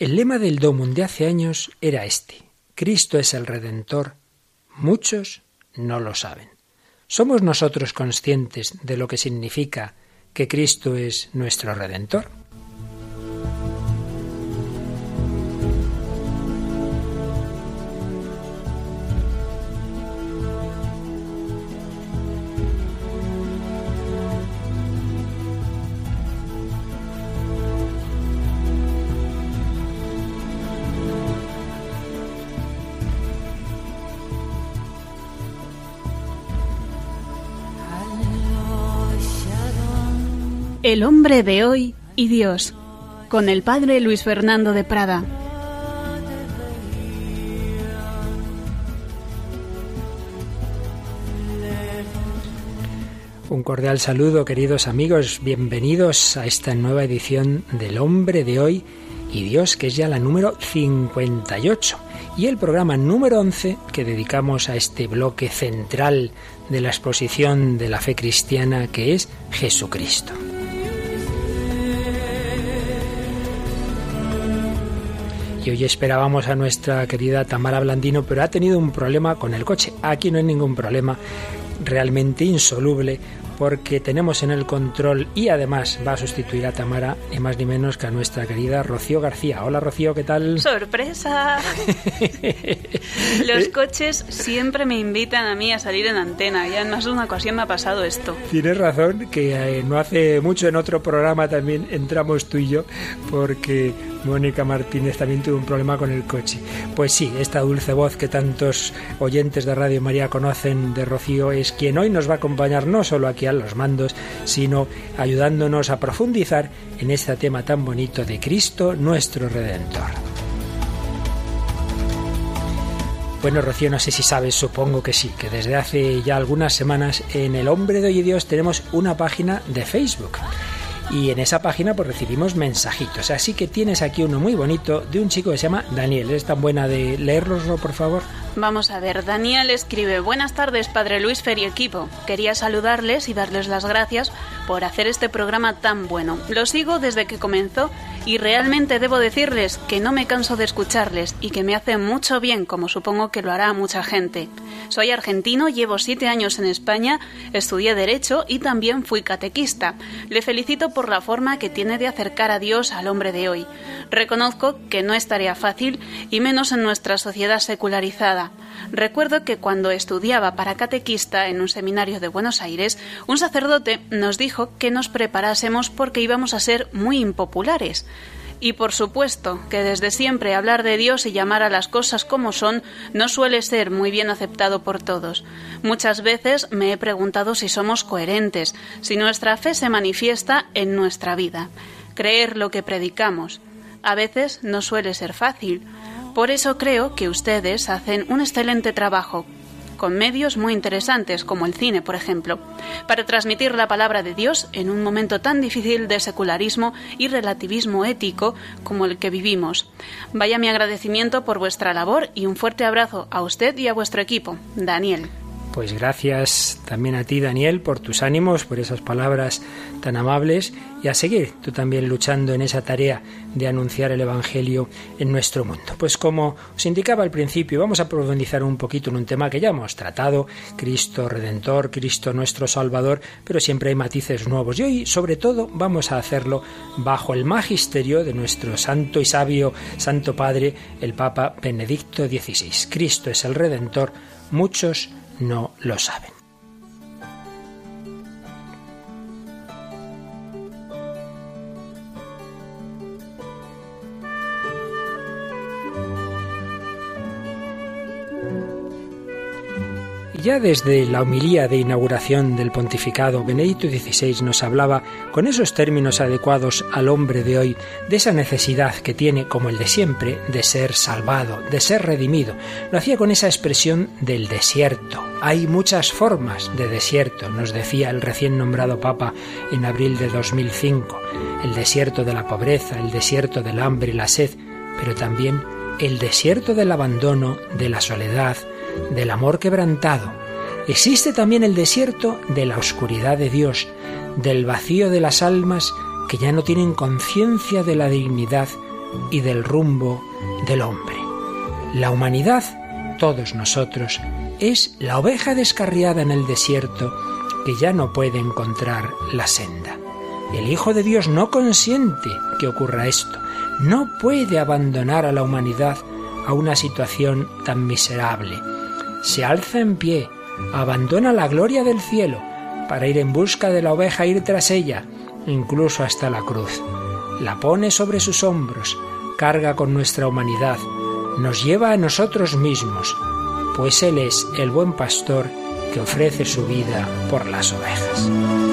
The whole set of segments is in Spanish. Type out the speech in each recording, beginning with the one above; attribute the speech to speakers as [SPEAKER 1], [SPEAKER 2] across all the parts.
[SPEAKER 1] El lema del Domum de hace años era este: Cristo es el Redentor, muchos no lo saben. ¿Somos nosotros conscientes de lo que significa que Cristo es nuestro Redentor?
[SPEAKER 2] El hombre de hoy y Dios, con el padre Luis Fernando de Prada.
[SPEAKER 1] Un cordial saludo, queridos amigos, bienvenidos a esta nueva edición del hombre de hoy y Dios, que es ya la número 58, y el programa número 11 que dedicamos a este bloque central de la exposición de la fe cristiana, que es Jesucristo. Y hoy esperábamos a nuestra querida Tamara Blandino, pero ha tenido un problema con el coche. Aquí no hay ningún problema realmente insoluble, porque tenemos en el control, y además va a sustituir a Tamara, ni más ni menos que a nuestra querida Rocío García. Hola, Rocío, ¿qué tal?
[SPEAKER 2] ¡Sorpresa! Los coches siempre me invitan a mí a salir en antena, y en más de una ocasión me ha pasado esto.
[SPEAKER 1] Tienes razón, que no hace mucho en otro programa también entramos tú y yo, porque Mónica Martínez también tuvo un problema con el coche. Pues sí, esta dulce voz que tantos oyentes de Radio María conocen de Rocío es quien hoy nos va a acompañar, no solo aquí a los mandos, sino ayudándonos a profundizar en este tema tan bonito de Cristo, nuestro Redentor. Bueno, Rocío, no sé si sabes, supongo que sí, que desde hace ya algunas semanas en El Hombre de Hoy y Dios tenemos una página de Facebook. Y en esa página pues recibimos mensajitos. Así que tienes aquí uno muy bonito de un chico que se llama Daniel. ¿Eres tan buena de leerloslo, por favor?
[SPEAKER 2] Vamos a ver, Daniel escribe: Buenas tardes, Padre Luis Fer y equipo. Quería saludarles y darles las gracias por hacer este programa tan bueno. Lo sigo desde que comenzó y realmente debo decirles que no me canso de escucharles y que me hace mucho bien, como supongo que lo hará a mucha gente. Soy argentino, llevo 7 años en España, estudié Derecho y también fui catequista. Le felicito por la forma que tiene de acercar a Dios al hombre de hoy. Reconozco que no es tarea fácil, y menos en nuestra sociedad secularizada. Recuerdo que cuando estudiaba para catequista en un seminario de Buenos Aires, un sacerdote nos dijo que nos preparásemos porque íbamos a ser muy impopulares. Y por supuesto que desde siempre hablar de Dios y llamar a las cosas como son no suele ser muy bien aceptado por todos. Muchas veces me he preguntado si somos coherentes, si nuestra fe se manifiesta en nuestra vida. Creer lo que predicamos. A veces no suele ser fácil. Por eso creo que ustedes hacen un excelente trabajo, con medios muy interesantes, como el cine, por ejemplo, para transmitir la palabra de Dios en un momento tan difícil de secularismo y relativismo ético como el que vivimos. Vaya mi agradecimiento por vuestra labor y un fuerte abrazo a usted y a vuestro equipo. Daniel.
[SPEAKER 1] Pues gracias también a ti, Daniel, por tus ánimos, por esas palabras tan amables, y a seguir tú también luchando en esa tarea de anunciar el Evangelio en nuestro mundo. Pues como os indicaba al principio, vamos a profundizar un poquito en un tema que ya hemos tratado: Cristo Redentor, Cristo nuestro Salvador, pero siempre hay matices nuevos. Y hoy, sobre todo, vamos a hacerlo bajo el magisterio de nuestro santo y sabio Santo Padre, el Papa Benedicto XVI. Cristo es el Redentor, muchos no lo saben. Ya desde la homilía de inauguración del pontificado, Benedicto XVI nos hablaba con esos términos adecuados al hombre de hoy, de esa necesidad que tiene, como el de siempre, de ser salvado, de ser redimido. Lo hacía con esa expresión del desierto. Hay muchas formas de desierto, nos decía el recién nombrado Papa en abril de 2005. El desierto de la pobreza, el desierto del hambre y la sed, pero también el desierto del abandono, de la soledad, del amor quebrantado. Existe también el desierto de la oscuridad de Dios, del vacío de las almas que ya no tienen conciencia de la dignidad y del rumbo del hombre. La humanidad, todos nosotros, es la oveja descarriada en el desierto que ya no puede encontrar la senda. El Hijo de Dios no consiente que ocurra esto. No puede abandonar a la humanidad a una situación tan miserable. Se alza en pie, abandona la gloria del cielo para ir en busca de la oveja, ir tras ella, incluso hasta la cruz. La pone sobre sus hombros, carga con nuestra humanidad, nos lleva a nosotros mismos, pues Él es el buen pastor que ofrece su vida por las ovejas.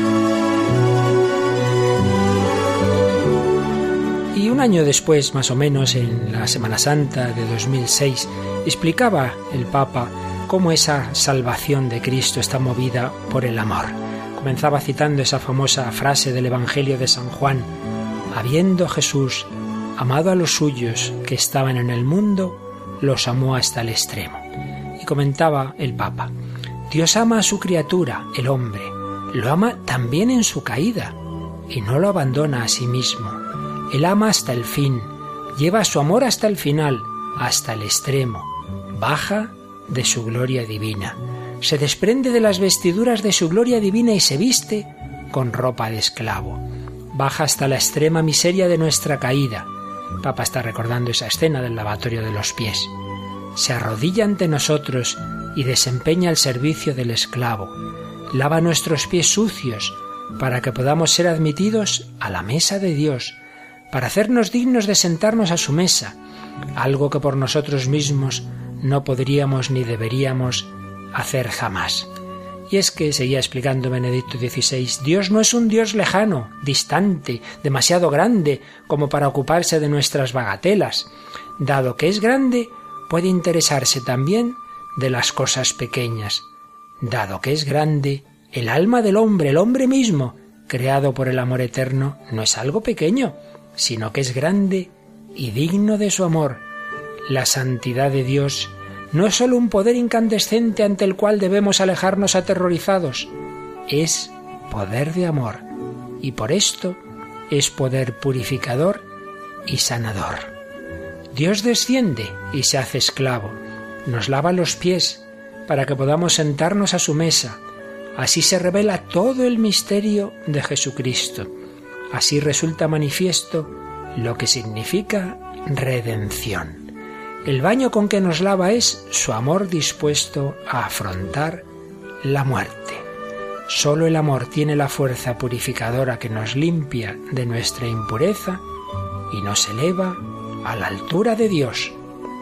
[SPEAKER 1] Y un año después, más o menos, en la Semana Santa de 2006, explicaba el Papa cómo esa salvación de Cristo está movida por el amor. Comenzaba citando esa famosa frase del Evangelio de San Juan: habiendo Jesús amado a los suyos que estaban en el mundo, los amó hasta el extremo. Y comentaba el Papa: Dios ama a su criatura, el hombre, lo ama también en su caída, y no lo abandona a sí mismo. Él ama hasta el fin, lleva su amor hasta el final, hasta el extremo, baja de su gloria divina, se desprende de las vestiduras de su gloria divina y se viste con ropa de esclavo, baja hasta la extrema miseria de nuestra caída. El Papa está recordando esa escena del lavatorio de los pies. Se arrodilla ante nosotros y desempeña el servicio del esclavo, lava nuestros pies sucios para que podamos ser admitidos a la mesa de Dios, para hacernos dignos de sentarnos a su mesa, algo que por nosotros mismos no podríamos ni deberíamos hacer jamás. Y es que, seguía explicando Benedicto XVI, Dios no es un Dios lejano, distante, demasiado grande como para ocuparse de nuestras bagatelas. Dado que es grande, puede interesarse también de las cosas pequeñas. Dado que es grande, el alma del hombre, el hombre mismo, creado por el amor eterno, no es algo pequeño, sino que es grande y digno de su amor. La santidad de Dios no es sólo un poder incandescente ante el cual debemos alejarnos aterrorizados, es poder de amor, y por esto es poder purificador y sanador. Dios desciende y se hace esclavo, nos lava los pies para que podamos sentarnos a su mesa. Así se revela todo el misterio de Jesucristo. Así resulta manifiesto lo que significa redención. El baño con que nos lava es su amor dispuesto a afrontar la muerte. Solo el amor tiene la fuerza purificadora que nos limpia de nuestra impureza y nos eleva a la altura de Dios.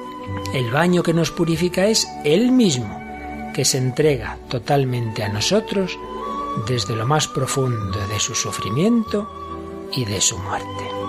[SPEAKER 1] El baño que nos purifica es Él mismo, que se entrega totalmente a nosotros desde lo más profundo de su sufrimiento y de su muerte.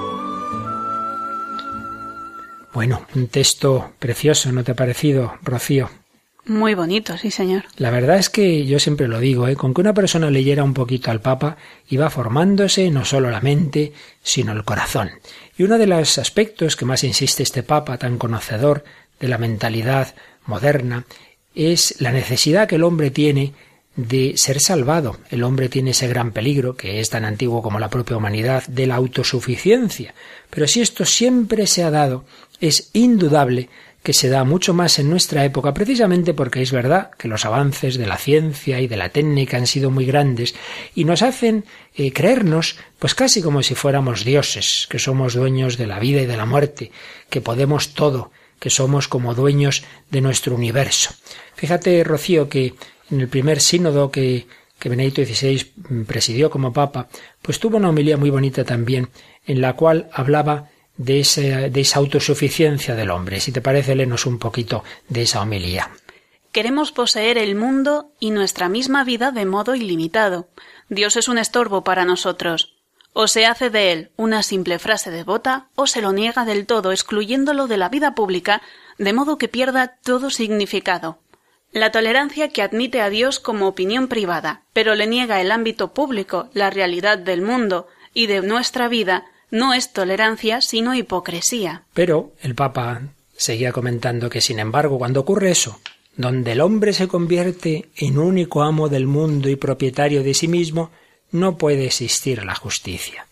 [SPEAKER 1] Bueno, un texto precioso, ¿no te ha parecido, Rocío?
[SPEAKER 2] Muy bonito, sí, señor.
[SPEAKER 1] La verdad es que yo siempre lo digo, con que una persona leyera un poquito al Papa, iba formándose no solo la mente, sino el corazón. Y uno de los aspectos que más insiste este Papa, tan conocedor de la mentalidad moderna, es la necesidad que el hombre tiene de ser salvado. El hombre tiene ese gran peligro, que es tan antiguo como la propia humanidad, de la autosuficiencia. Pero si esto siempre se ha dado, es indudable que se da mucho más en nuestra época, precisamente porque es verdad que los avances de la ciencia y de la técnica han sido muy grandes y nos hacen creernos pues casi como si fuéramos dioses, que somos dueños de la vida y de la muerte, que podemos todo, que somos como dueños de nuestro universo. Fíjate, Rocío, que en el primer sínodo que Benedicto XVI presidió como Papa, pues tuvo una homilía muy bonita también, en la cual hablaba de esa autosuficiencia del hombre. Si te parece, léenos un poquito de esa homilía.
[SPEAKER 2] Queremos poseer el mundo y nuestra misma vida de modo ilimitado. Dios es un estorbo para nosotros. O se hace de él una simple frase devota, o se lo niega del todo, excluyéndolo de la vida pública, de modo que pierda todo significado. La tolerancia que admite a Dios como opinión privada, pero le niega el ámbito público, la realidad del mundo y de nuestra vida, no es tolerancia, sino hipocresía.
[SPEAKER 1] Pero el Papa seguía comentando que, sin embargo, cuando ocurre eso, donde el hombre se convierte en único amo del mundo y propietario de sí mismo, no puede existir la justicia.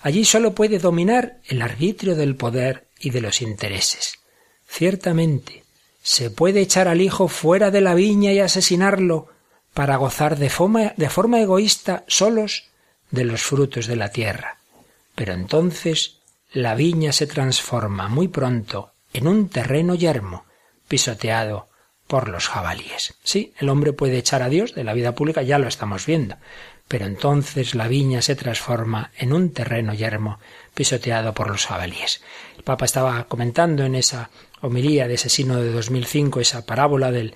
[SPEAKER 1] Allí solo puede dominar el arbitrio del poder y de los intereses. Ciertamente, se puede echar al hijo fuera de la viña y asesinarlo para gozar de forma egoísta solos de los frutos de la tierra. Pero entonces la viña se transforma muy pronto en un terreno yermo, pisoteado por los jabalíes. Sí, el hombre puede echar a Dios de la vida pública, ya lo estamos viendo, pero entonces la viña se transforma en un terreno yermo, pisoteado por los jabalíes. El Papa estaba comentando en esa homilía de ese sínodo de 2005, esa parábola de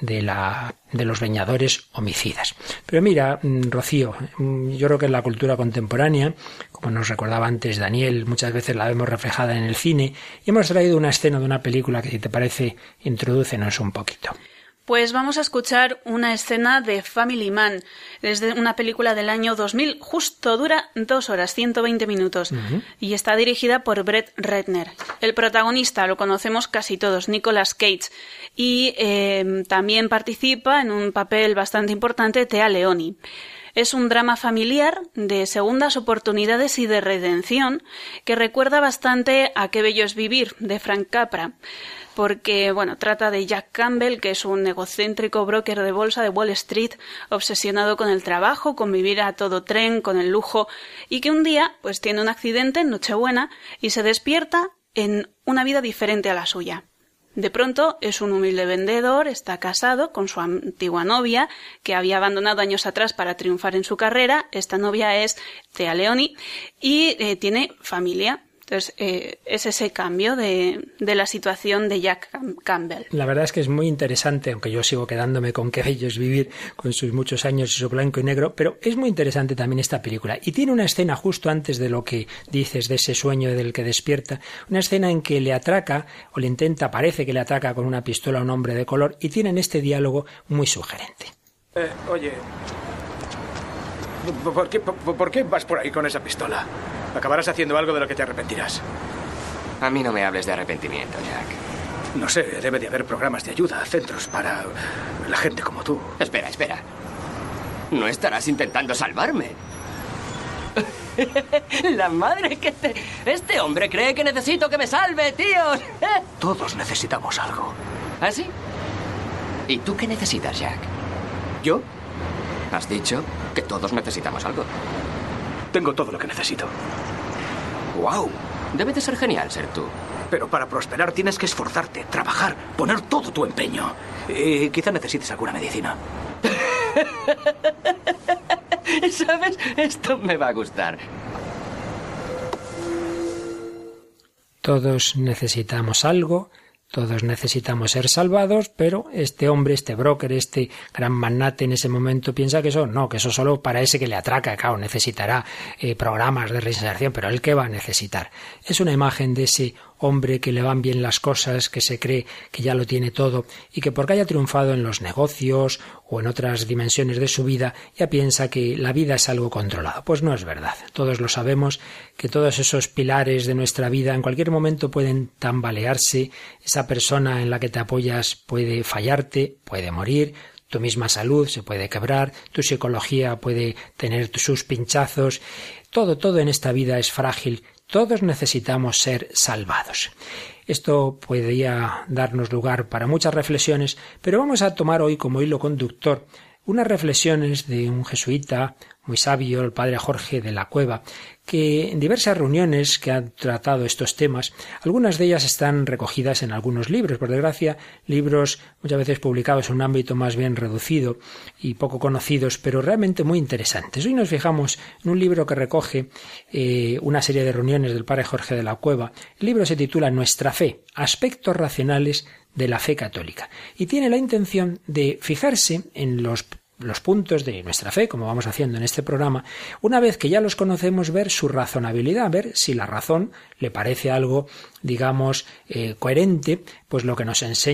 [SPEAKER 1] los leñadores homicidas. Pero mira, Rocío, yo creo que en la cultura contemporánea, como nos recordaba antes Daniel, muchas veces la vemos reflejada en el cine, y hemos traído una escena de una película que, si te parece, introdúcenos un poquito.
[SPEAKER 2] Pues vamos a escuchar una escena de Family Man, desde una película del año 2000, justo dura 2 horas, 120 minutos, y está dirigida por Brett Ratner. El protagonista lo conocemos casi todos, Nicolas Cage, y también participa en un papel bastante importante Téa Leoni. Es un drama familiar de segundas oportunidades y de redención que recuerda bastante a Qué bello es vivir, de Frank Capra, porque trata de Jack Campbell, que es un egocéntrico broker de bolsa de Wall Street, obsesionado con el trabajo, con vivir a todo tren, con el lujo, y que un día tiene un accidente en Nochebuena y se despierta en una vida diferente a la suya. De pronto es un humilde vendedor, está casado con su antigua novia, que había abandonado años atrás para triunfar en su carrera. Esta novia es Téa Leoni y tiene familia. Entonces, es ese cambio de la situación de Jack Campbell.
[SPEAKER 1] La verdad es que es muy interesante, aunque yo sigo quedándome con Qué bello es vivir, con sus muchos años y su blanco y negro, pero es muy interesante también esta película. Y tiene una escena justo antes de lo que dices, de ese sueño del que despierta, una escena en que le atraca, o le intenta, parece que le atraca con una pistola a un hombre de color, y tienen este diálogo muy sugerente.
[SPEAKER 3] Oye, ¿por qué vas por ahí con esa pistola? Acabarás haciendo algo de lo que te arrepentirás.
[SPEAKER 4] A mí no me hables de arrepentimiento, Jack.
[SPEAKER 3] No sé, debe de haber programas de ayuda, centros para la gente como tú.
[SPEAKER 4] Espera. ¿No estarás intentando salvarme? La madre que te... Este hombre cree que necesito que me salve, tíos.
[SPEAKER 3] Todos necesitamos algo.
[SPEAKER 4] ¿Ah, sí? ¿Y tú qué necesitas, Jack?
[SPEAKER 3] ¿Yo?
[SPEAKER 4] Has dicho que todos necesitamos algo.
[SPEAKER 3] Tengo todo lo que necesito.
[SPEAKER 4] ¡Wow! Debe de ser genial ser tú.
[SPEAKER 3] Pero para prosperar tienes que esforzarte, trabajar, poner todo tu empeño. Y quizá necesites alguna medicina.
[SPEAKER 4] ¿Sabes? Esto me va a gustar.
[SPEAKER 1] Todos necesitamos algo. Todos necesitamos ser salvados, pero este hombre, este broker, este gran magnate en ese momento piensa que eso solo para ese que le atraca, claro, necesitará programas de reinserción, pero ¿él qué va a necesitar? Es una imagen de ese hombre que le van bien las cosas, que se cree que ya lo tiene todo y que porque haya triunfado en los negocios o en otras dimensiones de su vida ya piensa que la vida es algo controlado. Pues no es verdad. Todos lo sabemos, que todos esos pilares de nuestra vida en cualquier momento pueden tambalearse. Esa persona en la que te apoyas puede fallarte, puede morir. Tu misma salud se puede quebrar, tu psicología puede tener sus pinchazos. Todo en esta vida es frágil. Todos necesitamos ser salvados. Esto podría darnos lugar para muchas reflexiones, pero vamos a tomar hoy como hilo conductor unas reflexiones de un jesuita muy sabio, el padre Jorge de la Cueva, que en diversas reuniones que han tratado estos temas, algunas de ellas están recogidas en algunos libros, por desgracia, libros muchas veces publicados en un ámbito más bien reducido y poco conocidos, pero realmente muy interesantes. Hoy nos fijamos en un libro que recoge una serie de reuniones del padre Jorge de la Cueva. El libro se titula Nuestra fe, aspectos racionales de la fe católica, y tiene la intención de fijarse en los puntos de nuestra fe, como vamos haciendo en este programa, una vez que ya los conocemos, ver su razonabilidad, ver si la razón le parece algo, digamos, coherente, pues lo que nos enseña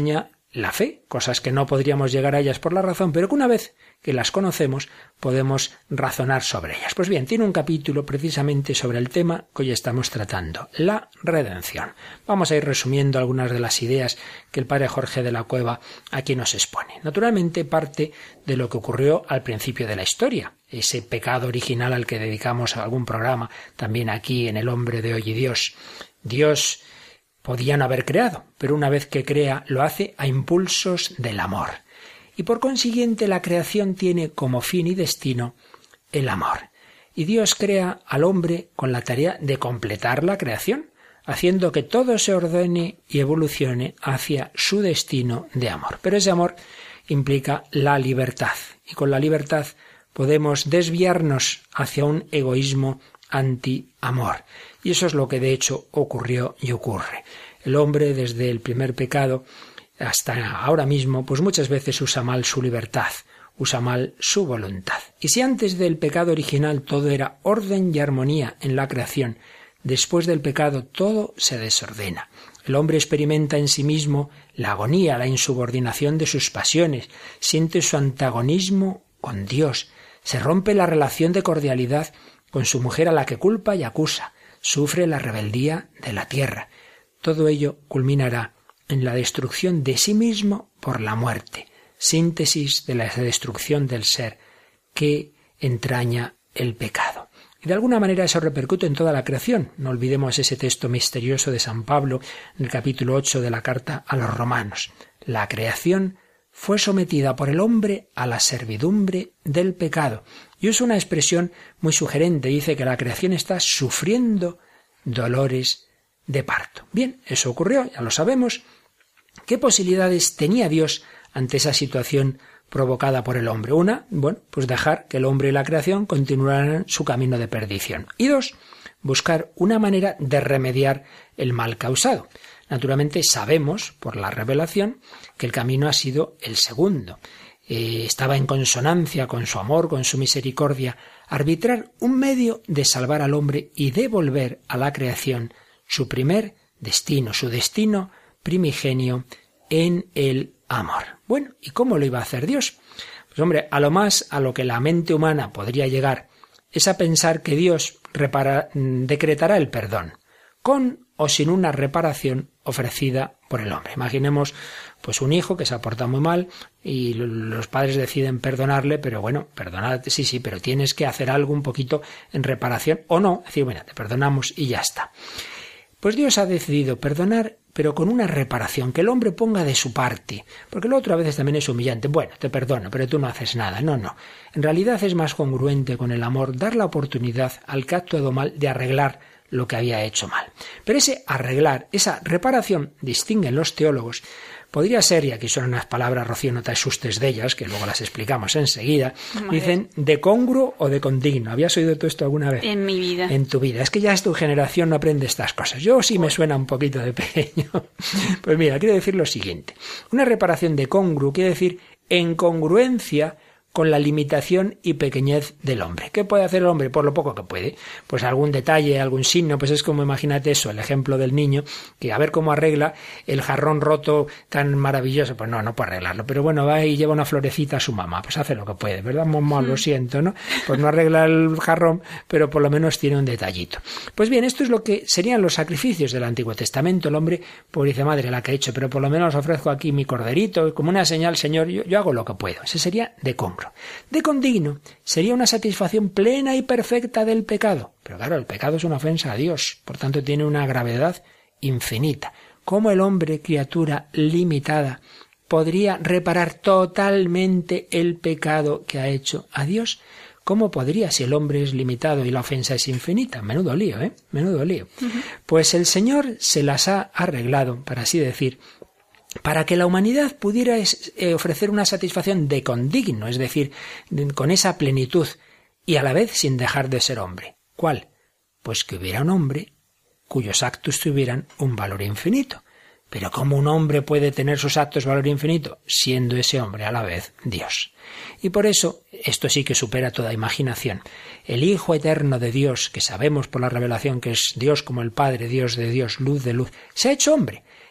[SPEAKER 1] la fe, cosas que no podríamos llegar a ellas por la razón, pero que una vez que las conocemos podemos razonar sobre ellas. Pues bien, tiene un capítulo precisamente sobre el tema que hoy estamos tratando, la redención. Vamos a ir resumiendo algunas de las ideas que el padre Jorge de la Cueva aquí nos expone. Naturalmente parte de lo que ocurrió al principio de la historia, ese pecado original al que dedicamos algún programa también aquí en El hombre de hoy y Dios. Dios podía no haber creado, pero una vez que crea lo hace a impulsos del amor. Y por consiguiente la creación tiene como fin y destino el amor. Y Dios crea al hombre con la tarea de completar la creación, haciendo que todo se ordene y evolucione hacia su destino de amor. Pero ese amor implica la libertad, y con la libertad podemos desviarnos hacia un egoísmo anti-amor. Y eso es lo que de hecho ocurrió y ocurre. El hombre, desde el primer pecado hasta ahora mismo, pues muchas veces usa mal su libertad, usa mal su voluntad. Y si antes del pecado original todo era orden y armonía en la creación, después del pecado todo se desordena. El hombre experimenta en sí mismo la agonía, la insubordinación de sus pasiones, siente su antagonismo con Dios, se rompe la relación de cordialidad con su mujer a la que culpa y acusa, sufre la rebeldía de la tierra. Todo ello culminará en la destrucción de sí mismo por la muerte, síntesis de la destrucción del ser que entraña el pecado. Y de alguna manera eso repercute en toda la creación. No olvidemos ese texto misterioso de San Pablo en el capítulo 8 de la carta a los Romanos. La creación fue sometida por el hombre a la servidumbre del pecado. Y es una expresión muy sugerente. Dice que la creación está sufriendo dolores de parto. Bien, eso ocurrió, ya lo sabemos. ¿Qué posibilidades tenía Dios ante esa situación provocada por el hombre? Una, pues dejar que el hombre y la creación continuaran su camino de perdición. Y dos, buscar una manera de remediar el mal causado. Naturalmente sabemos, por la revelación, que el camino ha sido el segundo. Estaba en consonancia con su amor, con su misericordia, arbitrar un medio de salvar al hombre y devolver a la creación su primer destino, su destino primigenio en el amor. Bueno, ¿y cómo lo iba a hacer Dios? Pues hombre, a lo más a lo que la mente humana podría llegar es a pensar que Dios decretará el perdón, con o sin una reparación ofrecida por el hombre. Imaginemos pues un hijo que se ha portado muy mal y los padres deciden perdonarle, pero bueno, perdonarte, sí, pero tienes que hacer algo un poquito en reparación, o no, decir, bueno, te perdonamos y ya está. Pues Dios ha decidido perdonar, pero con una reparación, que el hombre ponga de su parte, porque lo otro a veces también es humillante. Bueno, te perdono, pero tú no haces nada. No. En realidad es más congruente con el amor dar la oportunidad al que ha actuado mal de arreglar lo que había hecho mal. Pero ese arreglar, esa reparación, distinguen los teólogos, podría ser, y aquí son unas palabras, Rocío, no te asustes de ellas, que luego las explicamos enseguida, dicen de congruo o de condigno. ¿Habías oído tú esto alguna vez?
[SPEAKER 2] En mi vida.
[SPEAKER 1] En tu vida. Es que ya es tu generación, no aprende estas cosas. Yo sí me suena un poquito de pequeño. Pues mira, quiero decir lo siguiente. Una reparación de congruo quiere decir en congruencia con la limitación y pequeñez del hombre. ¿Qué puede hacer el hombre? Por lo poco que puede. Pues algún detalle, algún signo, pues es como, imagínate eso, el ejemplo del niño, que a ver cómo arregla el jarrón roto tan maravilloso. Pues no puede arreglarlo. Pero bueno, va y lleva una florecita a su mamá. Pues hace lo que puede, ¿verdad? Mamá, lo siento, ¿no? Pues no arregla el jarrón, pero por lo menos tiene un detallito. Pues bien, esto es lo que serían los sacrificios del Antiguo Testamento. El hombre, pues dice, madre, la que he hecho, pero por lo menos ofrezco aquí mi corderito, como una señal, Señor, yo hago lo que puedo. Ese sería de congruo. De condigno sería una satisfacción plena y perfecta del pecado. Pero claro, el pecado es una ofensa a Dios, por tanto tiene una gravedad infinita. ¿Cómo el hombre, criatura limitada, podría reparar totalmente el pecado que ha hecho a Dios? ¿Cómo podría si el hombre es limitado y la ofensa es infinita? Menudo lío, ¿eh? Menudo lío. Pues el Señor se las ha arreglado, para así decir, para que la humanidad pudiera ofrecer una satisfacción de condigno, es decir, con esa plenitud, y a la vez sin dejar de ser hombre. ¿Cuál? Pues que hubiera un hombre cuyos actos tuvieran un valor infinito. Pero ¿cómo un hombre puede tener sus actos valor infinito? Siendo ese hombre a la vez Dios. Y por eso, esto sí que supera toda imaginación. El Hijo eterno de Dios, que sabemos por la revelación que es Dios como el Padre, Dios de Dios, luz de luz, se ha hecho hombre.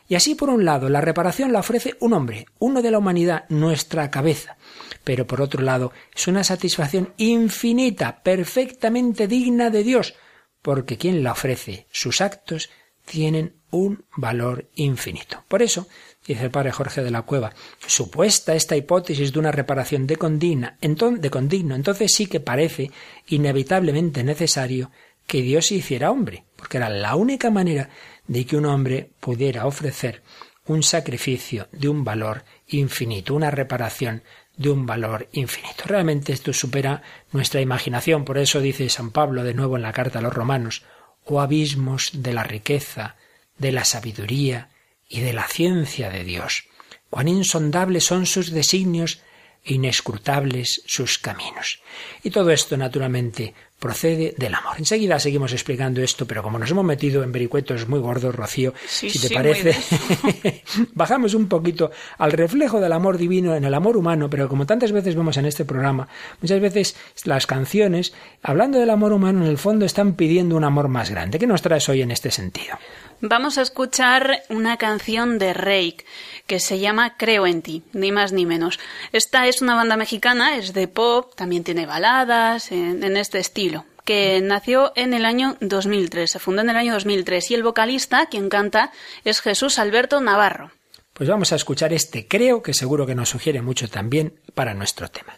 [SPEAKER 1] Y así, por un lado, la reparación la ofrece un hombre, uno de la humanidad, nuestra cabeza. Pero por otro lado, es una satisfacción infinita, perfectamente digna de Dios, porque quien la ofrece, sus actos, tienen un valor infinito. Por eso, dice el padre Jorge de la Cueva, supuesta esta hipótesis de una reparación de condigno, entonces sí que parece inevitablemente necesario que Dios se hiciera hombre, porque era la única manera de que un hombre pudiera ofrecer un sacrificio de un valor infinito, una reparación de un valor infinito. Realmente esto supera nuestra imaginación, por eso dice San Pablo de nuevo en la carta a los Romanos, oh abismos de la riqueza, de la sabiduría y de la ciencia de Dios. Cuán insondables son sus designios e inescrutables sus caminos. Y todo esto, naturalmente, procede del amor. Enseguida seguimos explicando esto, pero como nos hemos metido en vericuetos muy gordos, Rocío, si te parece, bajamos un poquito al reflejo del amor divino en el amor humano, pero como tantas veces vemos en este programa, muchas veces las canciones, hablando del amor humano, en el fondo están pidiendo un amor más grande. ¿Qué nos traes hoy en este sentido?
[SPEAKER 2] Vamos a escuchar una canción de Reik que se llama Creo en ti, ni más ni menos. Esta es una banda mexicana, es de pop, también tiene baladas en este estilo, que nació en el año 2003, se fundó en el año 2003 y el vocalista, quien canta, es Jesús Alberto Navarro.
[SPEAKER 1] Pues vamos a escuchar este Creo, que seguro que nos sugiere mucho también para nuestro tema.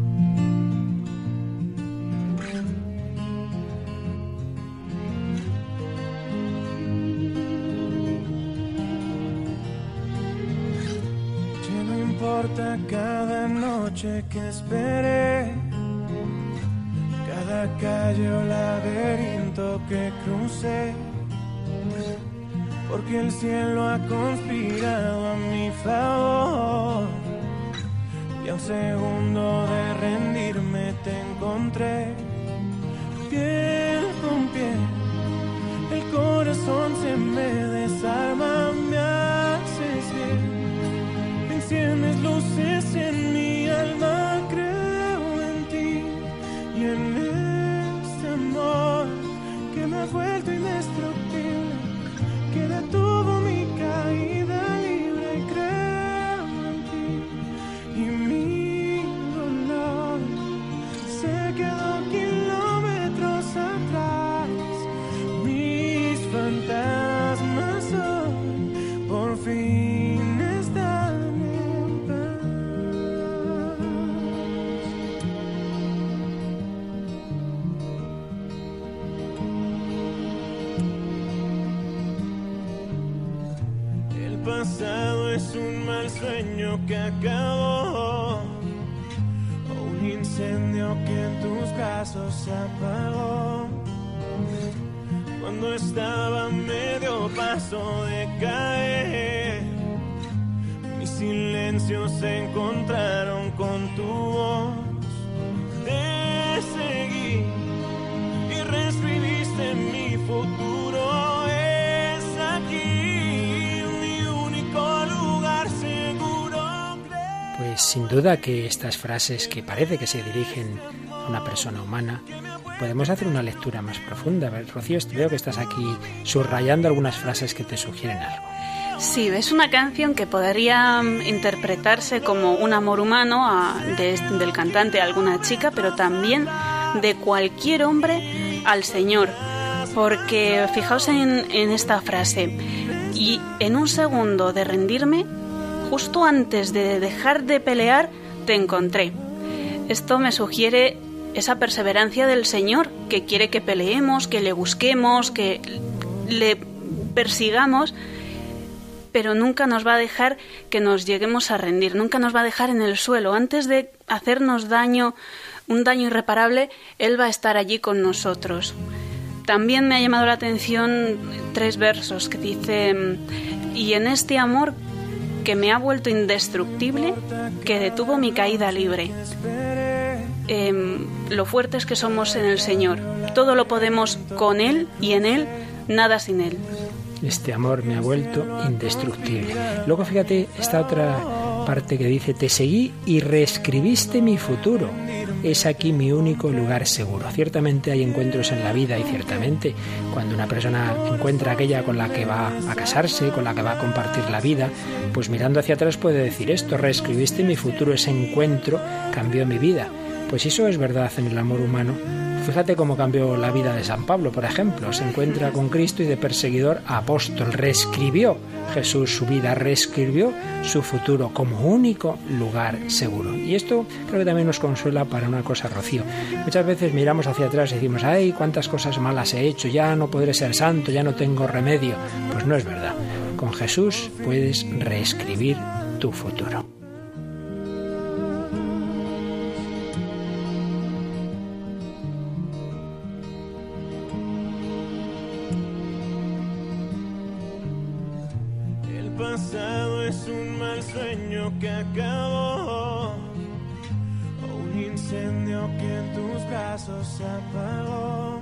[SPEAKER 5] Cada noche que esperé, cada calle o laberinto que crucé, porque el cielo ha conspirado a mi favor, y a un segundo de rendirme te encontré, piel con piel, el corazón se me desarma, me haces bien. Tienes luces en mi alma, creo en ti y en este amor que me ha vuelto indestructible, que detuvo mi caída libre. Creo en ti y mi dolor se quedó kilómetros atrás. Mis fantasmas hoy por fin están. Pasado es un mal sueño que acabó, o un incendio que en tus brazos se apagó. Cuando estaba a medio paso de caer, mis silencios se encontraron con tu voz. Te seguí y reescribiste mi futuro. Es aquí.
[SPEAKER 1] Pues sin duda que estas frases que parece que se dirigen a una persona humana, podemos hacer una lectura más profunda. A ver, Rocío, veo que estás aquí subrayando algunas frases que te sugieren algo.
[SPEAKER 2] Sí, es una canción que podría interpretarse como un amor humano del cantante a alguna chica, pero también de cualquier hombre al Señor. Porque fijaos en esta frase, y en un segundo de rendirme, justo antes de dejar de pelear, te encontré. Esto me sugiere esa perseverancia del Señor, que quiere que peleemos, que le busquemos, que le persigamos, pero nunca nos va a dejar que nos lleguemos a rendir, nunca nos va a dejar en el suelo. Antes de hacernos daño, un daño irreparable, Él va a estar allí con nosotros. También me ha llamado la atención 3 versos que dicen: y en este amor que me ha vuelto indestructible, que detuvo mi caída libre. Lo fuertes que somos en el Señor. Todo lo podemos con Él y en Él, nada sin Él.
[SPEAKER 1] Este amor me ha vuelto indestructible. Luego fíjate esta otra parte que dice: te seguí y reescribiste mi futuro. Es aquí mi único lugar seguro. Ciertamente hay encuentros en la vida y ciertamente cuando una persona encuentra aquella con la que va a casarse, con la que va a compartir la vida, pues mirando hacia atrás puede decir esto: reescribiste mi futuro, ese encuentro cambió mi vida. Pues eso es verdad en el amor humano. Fíjate cómo cambió la vida de San Pablo, por ejemplo. Se encuentra con Cristo y de perseguidor a apóstol. Reescribió Jesús su vida, reescribió su futuro como único lugar seguro. Y esto creo que también nos consuela para una cosa, Rocío. Muchas veces miramos hacia atrás y decimos: ¡ay, cuántas cosas malas he hecho! Ya no podré ser santo, ya no tengo remedio. Pues no es verdad. Con Jesús puedes reescribir tu futuro.
[SPEAKER 5] Que acabó, un incendio que en tus brazos se apagó.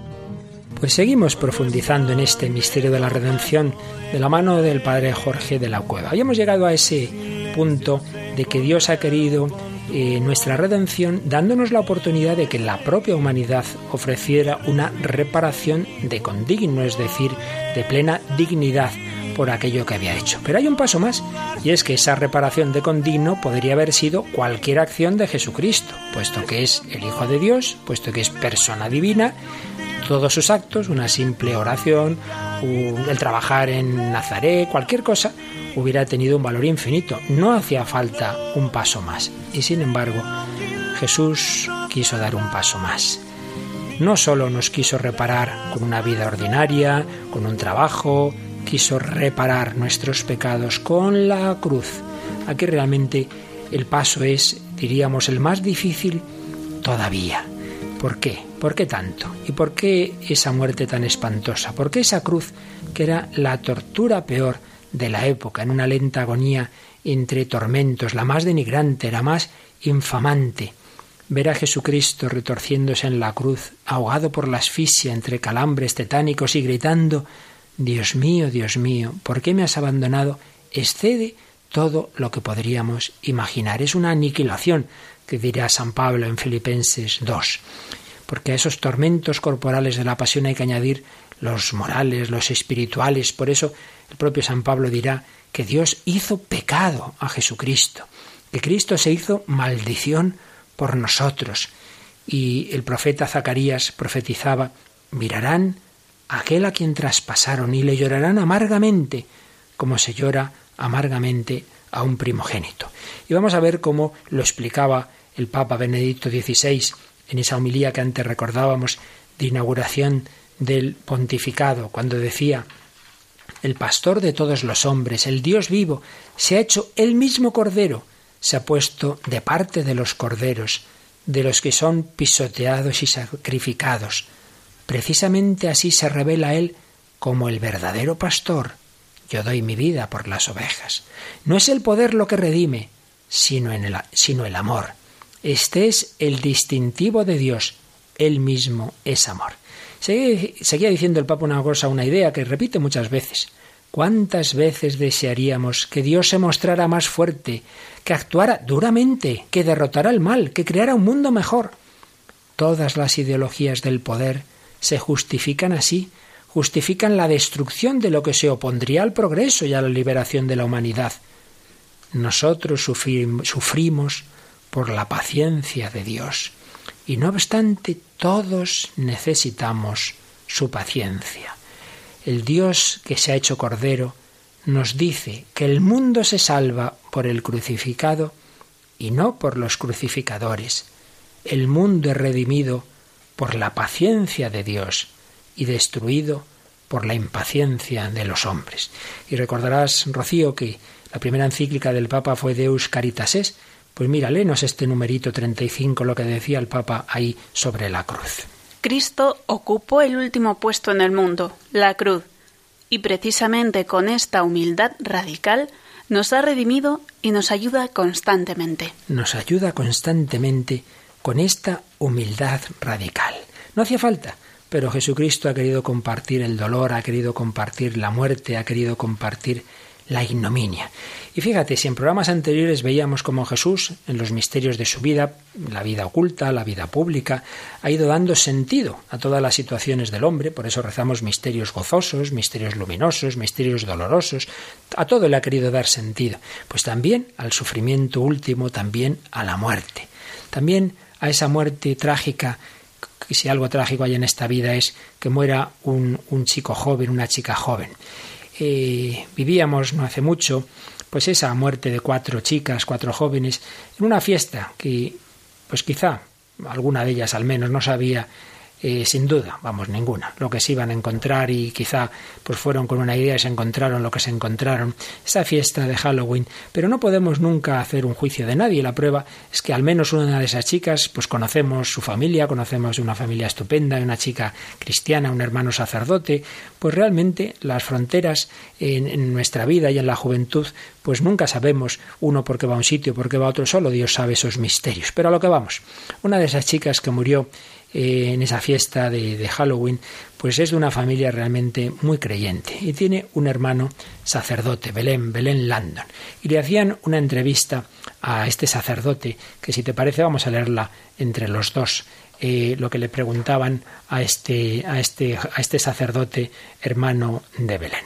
[SPEAKER 1] Pues seguimos profundizando en este misterio de la redención de la mano del padre Jorge de la Cueva. Habíamos llegado a ese punto de que Dios ha querido nuestra redención dándonos la oportunidad de que la propia humanidad ofreciera una reparación de condigno, es decir, de plena dignidad por aquello que había hecho. Pero hay un paso más, y es que esa reparación de condigno podría haber sido cualquier acción de Jesucristo, puesto que es el Hijo de Dios, puesto que es persona divina. Todos sus actos, una simple oración, el trabajar en Nazaret, cualquier cosa, hubiera tenido un valor infinito. No hacía falta un paso más. Y sin embargo, Jesús quiso dar un paso más. No solo nos quiso reparar con una vida ordinaria, con un trabajo, quiso reparar nuestros pecados con la cruz. Aquí realmente el paso es, diríamos, el más difícil todavía. ¿Por qué? ¿Por qué tanto? ¿Y por qué esa muerte tan espantosa? ¿Por qué esa cruz, que era la tortura peor de la época, en una lenta agonía entre tormentos, la más denigrante, la más infamante? Ver a Jesucristo retorciéndose en la cruz, ahogado por la asfixia entre calambres tetánicos y gritando: Dios mío, ¿por qué me has abandonado?, excede todo lo que podríamos imaginar. Es una aniquilación, que dirá San Pablo en Filipenses 2. Porque a esos tormentos corporales de la pasión hay que añadir los morales, los espirituales. Por eso el propio San Pablo dirá que Dios hizo pecado a Jesucristo, que Cristo se hizo maldición por nosotros. Y el profeta Zacarías profetizaba: mirarán a aquel a quien traspasaron y le llorarán amargamente, como se llora amargamente a un primogénito. Y vamos a ver cómo lo explicaba el Papa Benedicto XVI en esa homilía que antes recordábamos de inauguración del pontificado, cuando decía: el pastor de todos los hombres, el Dios vivo, se ha hecho él mismo cordero, se ha puesto de parte de los corderos, de los que son pisoteados y sacrificados. Precisamente así se revela él como el verdadero pastor. Yo doy mi vida por las ovejas. No es el poder lo que redime, sino el amor. Este es el distintivo de Dios. Él mismo es amor. Seguía diciendo el Papa una idea que repite muchas veces. ¿Cuántas veces desearíamos que Dios se mostrara más fuerte, que actuara duramente, que derrotara el mal, que creara un mundo mejor? Todas las ideologías del poder se justifican así, justifican la destrucción de lo que se opondría al progreso y a la liberación de la humanidad. Nosotros sufrimos por la paciencia de Dios, y no obstante todos necesitamos su paciencia. El Dios que se ha hecho cordero nos dice que el mundo se salva por el crucificado y no por los crucificadores. El mundo es redimido por la paciencia de Dios y destruido por la impaciencia de los hombres. Y recordarás, Rocío, que la primera encíclica del Papa fue Deus Caritas Est. Pues mira, léenos este numerito 35, lo que decía el Papa ahí sobre la cruz.
[SPEAKER 2] Cristo ocupó el último puesto en el mundo, la cruz, y precisamente con esta humildad radical nos ha redimido y nos ayuda constantemente.
[SPEAKER 1] Nos ayuda constantemente con esta humildad radical. No hacía falta, pero Jesucristo ha querido compartir el dolor, ha querido compartir la muerte, ha querido compartir la ignominia. Y fíjate, si en programas anteriores veíamos cómo Jesús, en los misterios de su vida, la vida oculta, la vida pública, ha ido dando sentido a todas las situaciones del hombre, por eso rezamos misterios gozosos, misterios luminosos, misterios dolorosos, a todo le ha querido dar sentido. Pues también al sufrimiento último, también a la muerte, también a esa muerte trágica. Y si algo trágico hay en esta vida es que muera un chico joven, una chica joven. Vivíamos no hace mucho pues esa muerte de 4 chicas, 4 jóvenes, en una fiesta que pues quizá alguna de ellas al menos no sabía, sin duda, vamos, ninguna, lo que se iban a encontrar, y quizá pues fueron con una idea y se encontraron lo que se encontraron, esa fiesta de Halloween. Pero no podemos nunca hacer un juicio de nadie. La prueba es que al menos una de esas chicas pues conocemos su familia, conocemos una familia estupenda, una chica cristiana, un hermano sacerdote. Pues realmente las fronteras en nuestra vida y en la juventud pues nunca sabemos uno por qué va a un sitio, por qué va a otro, solo Dios sabe esos misterios. Pero a lo que vamos, una de esas chicas que murió en esa fiesta de Halloween, pues es de una familia realmente muy creyente y tiene un hermano sacerdote, Belén Landon, y le hacían una entrevista a este sacerdote, que si te parece vamos a leerla entre los dos, lo que le preguntaban a este sacerdote hermano de Belén.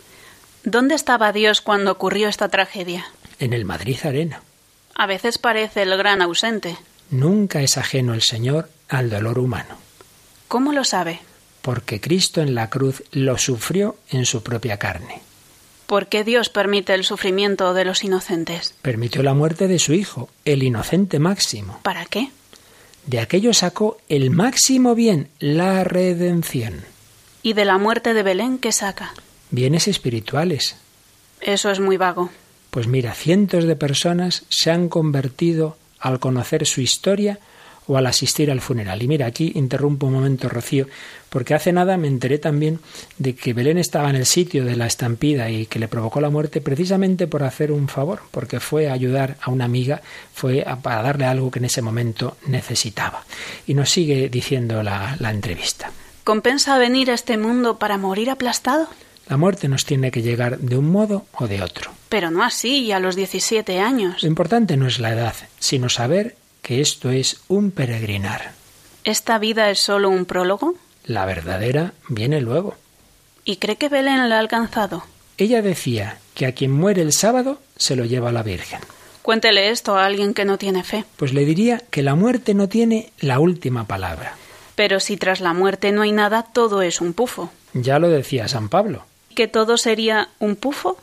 [SPEAKER 2] ¿Dónde estaba Dios cuando ocurrió esta tragedia?
[SPEAKER 1] En el Madrid Arena.
[SPEAKER 2] A veces parece el gran ausente.
[SPEAKER 1] Nunca es ajeno el Señor al dolor humano.
[SPEAKER 2] ¿Cómo lo sabe?
[SPEAKER 1] Porque Cristo en la cruz lo sufrió en su propia carne.
[SPEAKER 2] ¿Por qué Dios permite el sufrimiento de los inocentes?
[SPEAKER 1] Permitió la muerte de su Hijo, el inocente máximo.
[SPEAKER 2] ¿Para qué?
[SPEAKER 1] De aquello sacó el máximo bien, la redención.
[SPEAKER 2] ¿Y de la muerte de Belén qué saca?
[SPEAKER 1] Bienes espirituales.
[SPEAKER 2] Eso es muy vago.
[SPEAKER 1] Pues mira, cientos de personas se han convertido al conocer su historia o al asistir al funeral. Y mira, aquí interrumpo un momento, Rocío, porque hace nada me enteré también de que Belén estaba en el sitio de la estampida y que le provocó la muerte precisamente por hacer un favor, porque fue a ayudar a una amiga, para darle algo que en ese momento necesitaba. Y nos sigue diciendo la entrevista.
[SPEAKER 2] ¿Compensa venir a este mundo para morir aplastado?
[SPEAKER 1] La muerte nos tiene que llegar de un modo o de otro.
[SPEAKER 2] Pero no así, a los 17 años.
[SPEAKER 1] Lo importante no es la edad, sino saber que esto es un peregrinar.
[SPEAKER 2] ¿Esta vida es solo un prólogo?
[SPEAKER 1] La verdadera viene luego.
[SPEAKER 2] ¿Y cree que Belén la ha alcanzado?
[SPEAKER 1] Ella decía que a quien muere el sábado se lo lleva la Virgen.
[SPEAKER 2] Cuéntele esto a alguien que no tiene fe.
[SPEAKER 1] Pues le diría que la muerte no tiene la última palabra.
[SPEAKER 2] Pero si tras la muerte no hay nada, todo es un pufo.
[SPEAKER 1] Ya lo decía San Pablo.
[SPEAKER 2] ¿Que todo sería un pufo?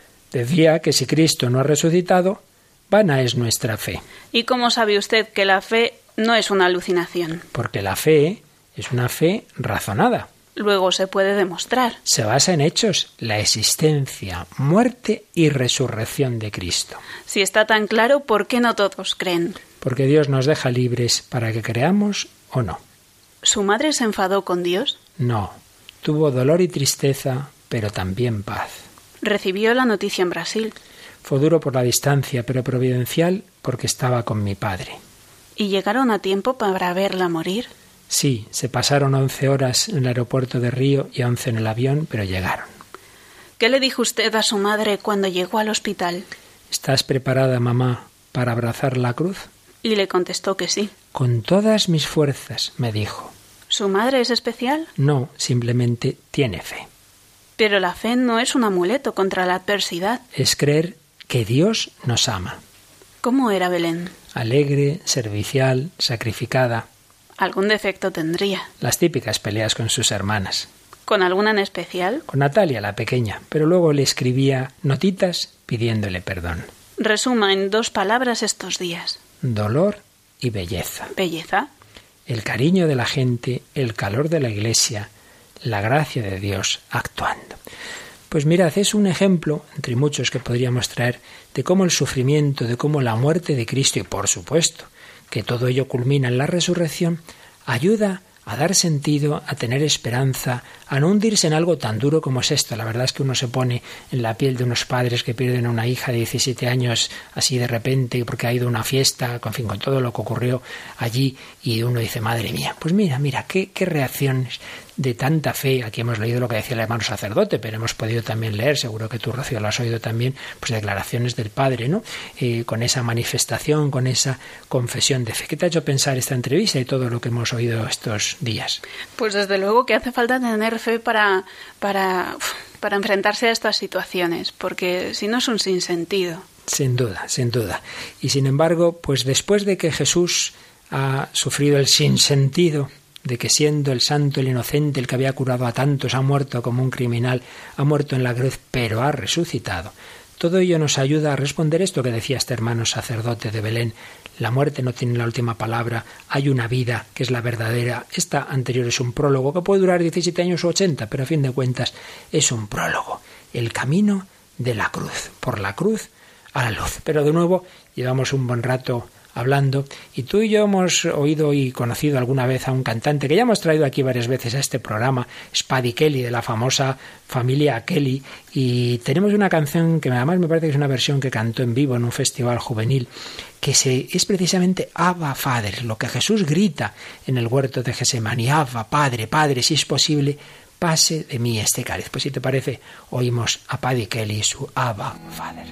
[SPEAKER 1] Decía que si Cristo no ha resucitado, vana es nuestra fe.
[SPEAKER 2] ¿Y cómo sabe usted que la fe no es una alucinación?
[SPEAKER 1] Porque la fe es una fe razonada.
[SPEAKER 2] Luego se puede demostrar.
[SPEAKER 1] Se basa en hechos, la existencia, muerte y resurrección de Cristo.
[SPEAKER 2] Si está tan claro, ¿por qué no todos creen?
[SPEAKER 1] Porque Dios nos deja libres para que creamos o no.
[SPEAKER 2] ¿Su madre se enfadó con Dios?
[SPEAKER 1] No, tuvo dolor y tristeza, pero también paz.
[SPEAKER 2] Recibió la noticia en Brasil.
[SPEAKER 1] Fue duro por la distancia, pero providencial porque estaba con mi padre.
[SPEAKER 2] ¿Y llegaron a tiempo para verla morir?
[SPEAKER 1] Sí, se pasaron 11 horas en el aeropuerto de Río y 11 en el avión, pero llegaron.
[SPEAKER 2] ¿Qué le dijo usted a su madre cuando llegó al hospital?
[SPEAKER 1] ¿Estás preparada, mamá, para abrazar la cruz?
[SPEAKER 2] Y le contestó que sí.
[SPEAKER 1] Con todas mis fuerzas, me dijo.
[SPEAKER 2] ¿Su madre es especial?
[SPEAKER 1] No, simplemente tiene fe.
[SPEAKER 2] Pero la fe no es un amuleto contra la adversidad.
[SPEAKER 1] Es creer que Dios nos ama.
[SPEAKER 2] ¿Cómo era Belén?
[SPEAKER 1] Alegre, servicial, sacrificada.
[SPEAKER 2] Algún defecto tendría.
[SPEAKER 1] Las típicas peleas con sus hermanas.
[SPEAKER 2] ¿Con alguna en especial?
[SPEAKER 1] Con Natalia, la pequeña, pero luego le escribía notitas pidiéndole perdón.
[SPEAKER 2] Resuma en 2 palabras estos días.
[SPEAKER 1] Dolor y belleza.
[SPEAKER 2] ¿Belleza?
[SPEAKER 1] El cariño de la gente, el calor de la Iglesia, la gracia de Dios actuando. Pues mirad, es un ejemplo, entre muchos que podríamos traer, de cómo el sufrimiento, de cómo la muerte de Cristo, y por supuesto que todo ello culmina en la resurrección, ayuda a dar sentido, a tener esperanza, a no hundirse en algo tan duro como es esto. La verdad es que uno se pone en la piel de unos padres que pierden a una hija de 17 años así de repente porque ha ido a una fiesta, en fin, con todo lo que ocurrió allí, y uno dice, madre mía, pues mira, qué reacciones de tanta fe. Aquí hemos leído lo que decía el hermano sacerdote, pero hemos podido también leer, seguro que tú, Rocío, lo has oído también, pues declaraciones del Padre, ¿no? Con esa manifestación, con esa confesión de fe. ¿Qué te ha hecho pensar esta entrevista y todo lo que hemos oído estos días?
[SPEAKER 2] Pues desde luego que hace falta tener fe para enfrentarse a estas situaciones, porque si no es un sinsentido.
[SPEAKER 1] Sin duda, sin duda. Y sin embargo, pues después de que Jesús ha sufrido el sinsentido de que siendo el santo, el inocente, el que había curado a tantos, ha muerto como un criminal, ha muerto en la cruz, pero ha resucitado. Todo ello nos ayuda a responder esto que decía este hermano sacerdote de Belén. La muerte no tiene la última palabra, hay una vida que es la verdadera. Esta anterior es un prólogo que puede durar 17 años o 80, pero a fin de cuentas es un prólogo. El camino de la cruz, por la cruz a la luz. Pero de nuevo llevamos un buen rato hablando, y tú y yo hemos oído y conocido alguna vez a un cantante que ya hemos traído aquí varias veces a este programa, es Paddy Kelly, de la famosa familia Kelly, y tenemos una canción que además me parece que es una versión que cantó en vivo en un festival juvenil, que es precisamente Abba, Father, lo que Jesús grita en el huerto de Getsemaní: Abba, Padre, Padre, si es posible, pase de mí este cáliz. Pues si te parece, oímos a Paddy Kelly su Abba, Father.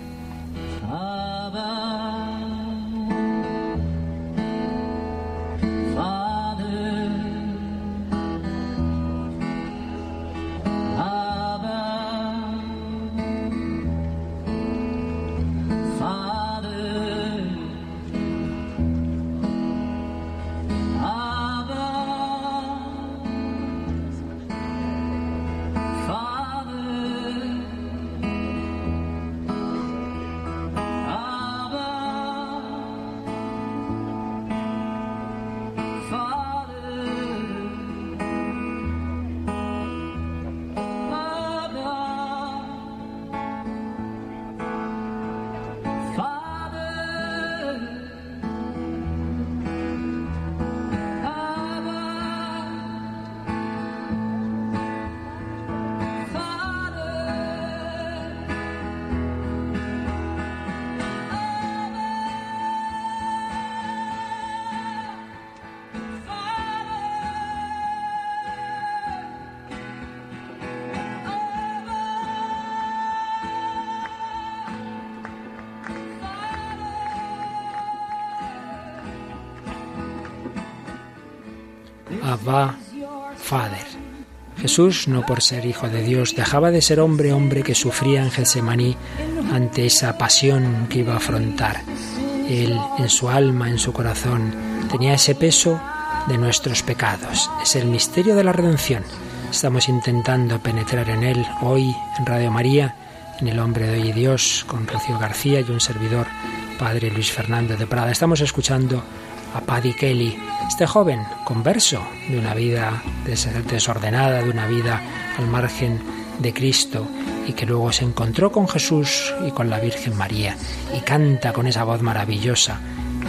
[SPEAKER 1] Abba, Father. Jesús, no por ser hijo de Dios, dejaba de ser hombre que sufría en Getsemaní ante esa pasión que iba a afrontar. Él, en su alma, en su corazón, tenía ese peso de nuestros pecados. Es el misterio de la redención. Estamos intentando penetrar en él hoy en Radio María, en El Hombre de Hoy y Dios, con Rocío García y un servidor, Padre Luis Fernando de Prada. Estamos escuchando a Paddy Kelly, este joven converso de una vida desordenada, de una vida al margen de Cristo, y que luego se encontró con Jesús y con la Virgen María, y canta con esa voz maravillosa,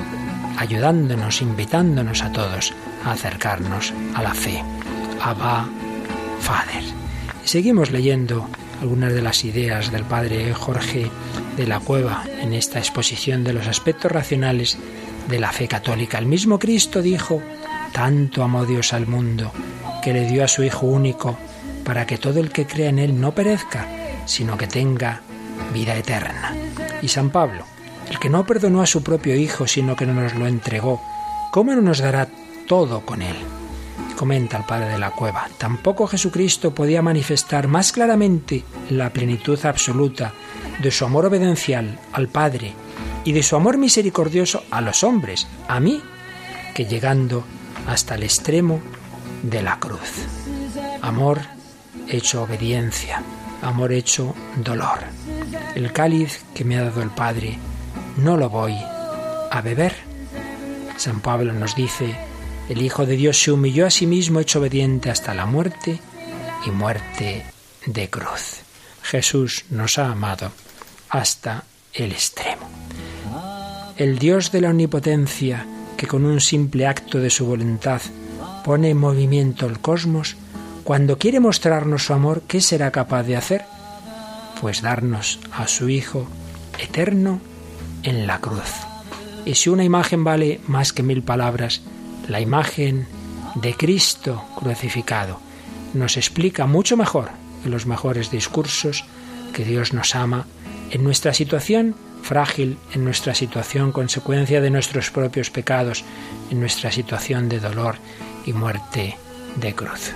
[SPEAKER 1] ayudándonos, invitándonos a todos a acercarnos a la fe. Abba, Father. Y seguimos leyendo algunas de las ideas del padre Jorge de la Cueva en esta exposición de los aspectos racionales de la fe católica. El mismo Cristo dijo: tanto amó Dios al mundo, que le dio a su Hijo único, para que todo el que crea en él no perezca, sino que tenga vida eterna. Y San Pablo: el que no perdonó a su propio Hijo, sino que nos lo entregó, ¿cómo no nos dará todo con él? Comenta el padre de la Cueva: tampoco Jesucristo podía manifestar más claramente la plenitud absoluta de su amor obediencial al Padre y de su amor misericordioso a los hombres, a mí, que llegando hasta el extremo de la cruz. Amor hecho obediencia, amor hecho dolor. El cáliz que me ha dado el Padre, no lo voy a beber. San Pablo nos dice: el Hijo de Dios se humilló a sí mismo, hecho obediente hasta la muerte y muerte de cruz. Jesús nos ha amado hasta el extremo. El Dios de la omnipotencia, que con un simple acto de su voluntad pone en movimiento el cosmos, cuando quiere mostrarnos su amor, ¿qué será capaz de hacer? Pues darnos a su Hijo eterno en la cruz. Y si una imagen vale más que 1000 palabras, la imagen de Cristo crucificado, nos explica mucho mejor que los mejores discursos que Dios nos ama en nuestra situación frágil, en nuestra situación consecuencia de nuestros propios pecados, en nuestra situación de dolor y muerte de cruz.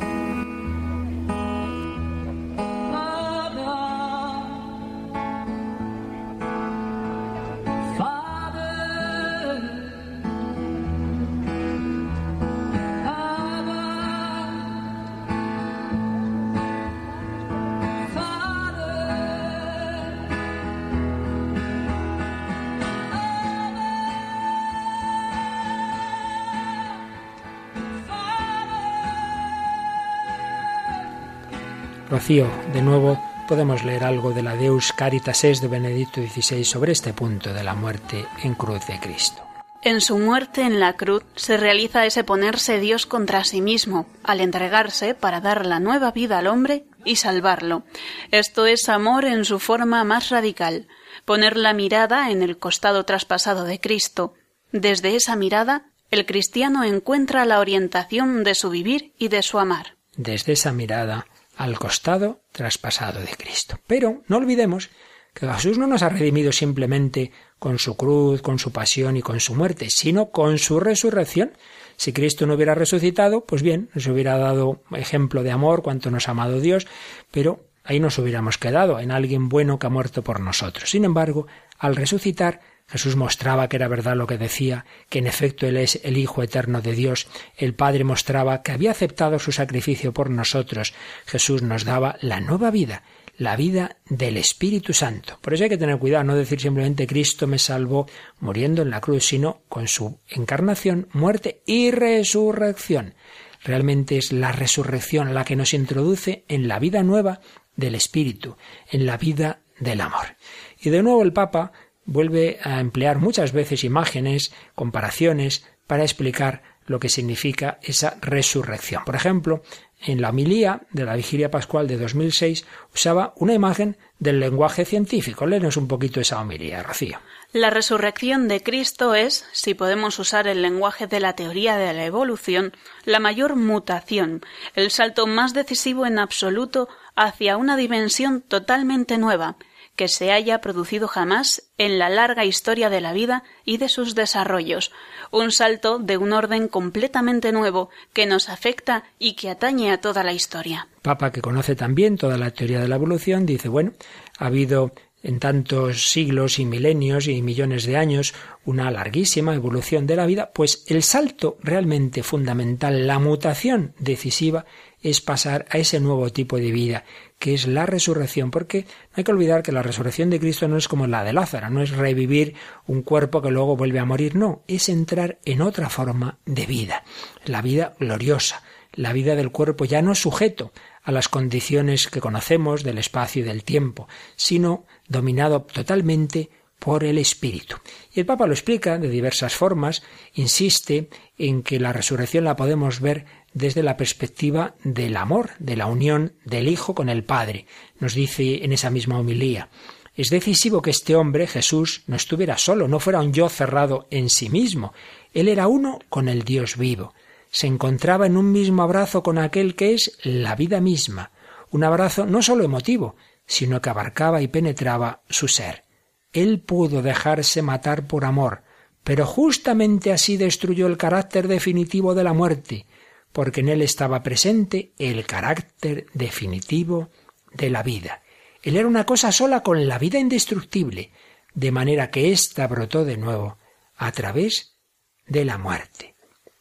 [SPEAKER 1] Rocío, de nuevo podemos leer algo de la Deus Caritas Es de Benedicto XVI sobre este punto de la muerte en cruz de Cristo.
[SPEAKER 2] En su muerte en la cruz se realiza ese ponerse Dios contra sí mismo, al entregarse para dar la nueva vida al hombre y salvarlo. Esto es amor en su forma más radical, poner la mirada en el costado traspasado de Cristo. Desde esa mirada, el cristiano encuentra la orientación de su vivir y de su amar.
[SPEAKER 1] Desde esa mirada al costado traspasado de Cristo. Pero no olvidemos que Jesús no nos ha redimido simplemente con su cruz, con su pasión y con su muerte, sino con su resurrección. Si Cristo no hubiera resucitado, pues bien, nos hubiera dado ejemplo de amor, cuánto nos ha amado Dios, pero ahí nos hubiéramos quedado, en alguien bueno que ha muerto por nosotros. Sin embargo, al resucitar, Jesús mostraba que era verdad lo que decía, que en efecto Él es el Hijo eterno de Dios. El Padre mostraba que había aceptado su sacrificio por nosotros. Jesús nos daba la nueva vida, la vida del Espíritu Santo. Por eso hay que tener cuidado, no decir simplemente Cristo me salvó muriendo en la cruz, sino con su encarnación, muerte y resurrección. Realmente es la resurrección la que nos introduce en la vida nueva del Espíritu, en la vida del amor. Y de nuevo el Papa vuelve a emplear muchas veces imágenes, comparaciones, para explicar lo que significa esa resurrección. Por ejemplo, en la homilía de la Vigilia Pascual de 2006 usaba una imagen del lenguaje científico. Léenos un poquito esa homilía, Rocío.
[SPEAKER 2] La resurrección de Cristo es, si podemos usar el lenguaje de la teoría de la evolución, la mayor mutación, el salto más decisivo en absoluto hacia una dimensión totalmente nueva, que se haya producido jamás en la larga historia de la vida y de sus desarrollos, un salto de un orden completamente nuevo que nos afecta y que atañe a toda la historia.
[SPEAKER 1] Papa, que conoce también toda la teoría de la evolución, dice, bueno, ha habido en tantos siglos y milenios y millones de años una larguísima evolución de la vida, pues el salto realmente fundamental, la mutación decisiva, es pasar a ese nuevo tipo de vida, que es la resurrección, porque no hay que olvidar que la resurrección de Cristo no es como la de Lázaro, no es revivir un cuerpo que luego vuelve a morir, no, es entrar en otra forma de vida, la vida gloriosa, la vida del cuerpo ya no sujeto a las condiciones que conocemos del espacio y del tiempo, sino dominado totalmente por el Espíritu. Y el Papa lo explica de diversas formas, insiste en que la resurrección la podemos ver desde la perspectiva del amor, de la unión del Hijo con el Padre. Nos dice en esa misma homilía, es decisivo que este hombre, Jesús, no estuviera solo, no fuera un yo cerrado en sí mismo. Él era uno con el Dios vivo. Se encontraba en un mismo abrazo con aquel que es la vida misma. Un abrazo no solo emotivo, sino que abarcaba y penetraba su ser. Él pudo dejarse matar por amor, pero justamente así destruyó el carácter definitivo de la muerte, porque en él estaba presente el carácter definitivo de la vida. Él era una cosa sola con la vida indestructible, de manera que ésta brotó de nuevo a través de la muerte.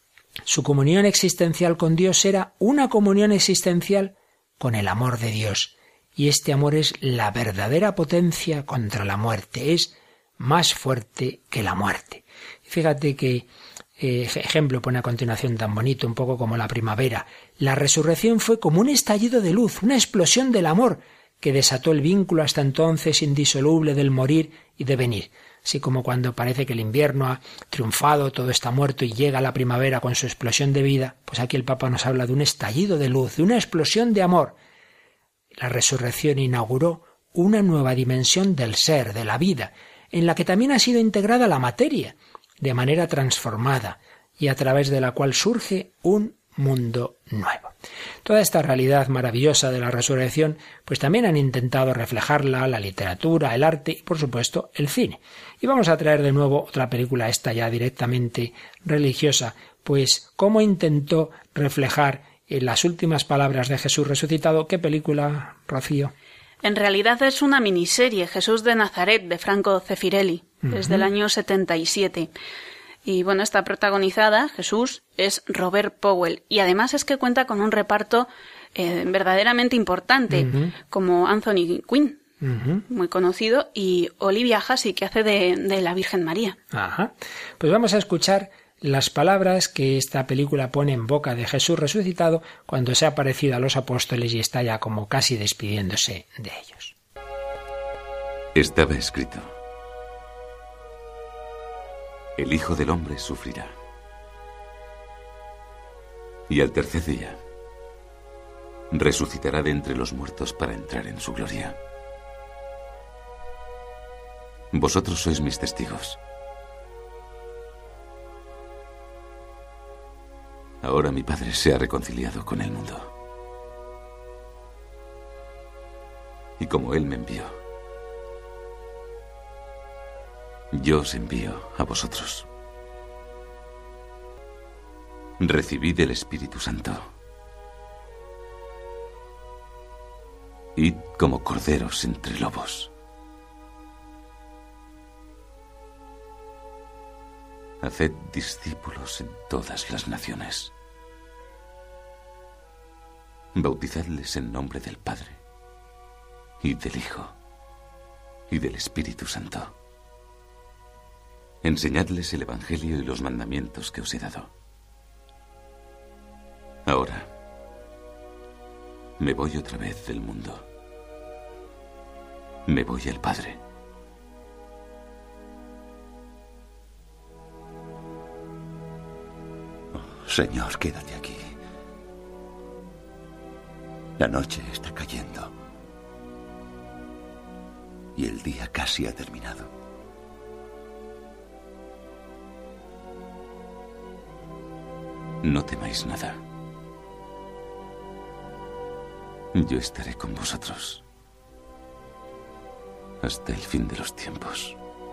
[SPEAKER 1] Su comunión existencial con Dios era una comunión existencial con el amor de Dios, y este amor es la verdadera potencia contra la muerte, es más fuerte que la muerte. Fíjate que ejemplo pone a continuación tan bonito, un poco como la primavera. La resurrección fue como un estallido de luz, una explosión del amor que desató el vínculo hasta entonces indisoluble del morir y devenir. Así como cuando parece que el invierno ha triunfado, todo está muerto y llega la primavera con su explosión de vida, pues aquí el Papa nos habla de un estallido de luz, de una explosión de amor. La resurrección inauguró una nueva dimensión del ser, de la vida, en la que también ha sido integrada la materia, de manera transformada, y a través de la cual surge un mundo nuevo. Toda esta realidad maravillosa de la resurrección, pues también han intentado reflejarla la literatura, el arte y, por supuesto, el cine. Y vamos a traer de nuevo otra película, esta ya directamente religiosa, pues cómo intentó reflejar las últimas palabras de Jesús resucitado. ¿Qué película, Rocío?
[SPEAKER 2] En realidad es una miniserie, Jesús de Nazaret, de Franco Zeffirelli, es del año 77. Y bueno, está protagonizada, Jesús, es Robert Powell. Y además es que cuenta con un reparto verdaderamente importante, como Anthony Quinn, muy conocido, y Olivia Hussey, que hace de la Virgen María.
[SPEAKER 1] Ajá. Pues vamos a escuchar las palabras que esta película pone en boca de Jesús resucitado cuando se ha aparecido a los apóstoles y está ya como casi despidiéndose de ellos.
[SPEAKER 6] Estaba escrito: el Hijo del Hombre sufrirá, y al tercer día resucitará de entre los muertos para entrar en su gloria. Vosotros sois mis testigos. Ahora mi Padre se ha reconciliado con el mundo. Y como Él me envió, yo os envío a vosotros. Recibid el Espíritu Santo. Id como corderos entre lobos. Haced discípulos en todas las naciones. Bautizadles en nombre del Padre, y del Hijo, y del Espíritu Santo. Enseñadles el Evangelio y los mandamientos que os he dado. Ahora, me voy otra vez del mundo. Me voy al Padre.
[SPEAKER 7] Señor, quédate aquí. La noche está cayendo y el día casi ha terminado.
[SPEAKER 6] No temáis nada. Yo estaré con vosotros hasta el fin de los tiempos.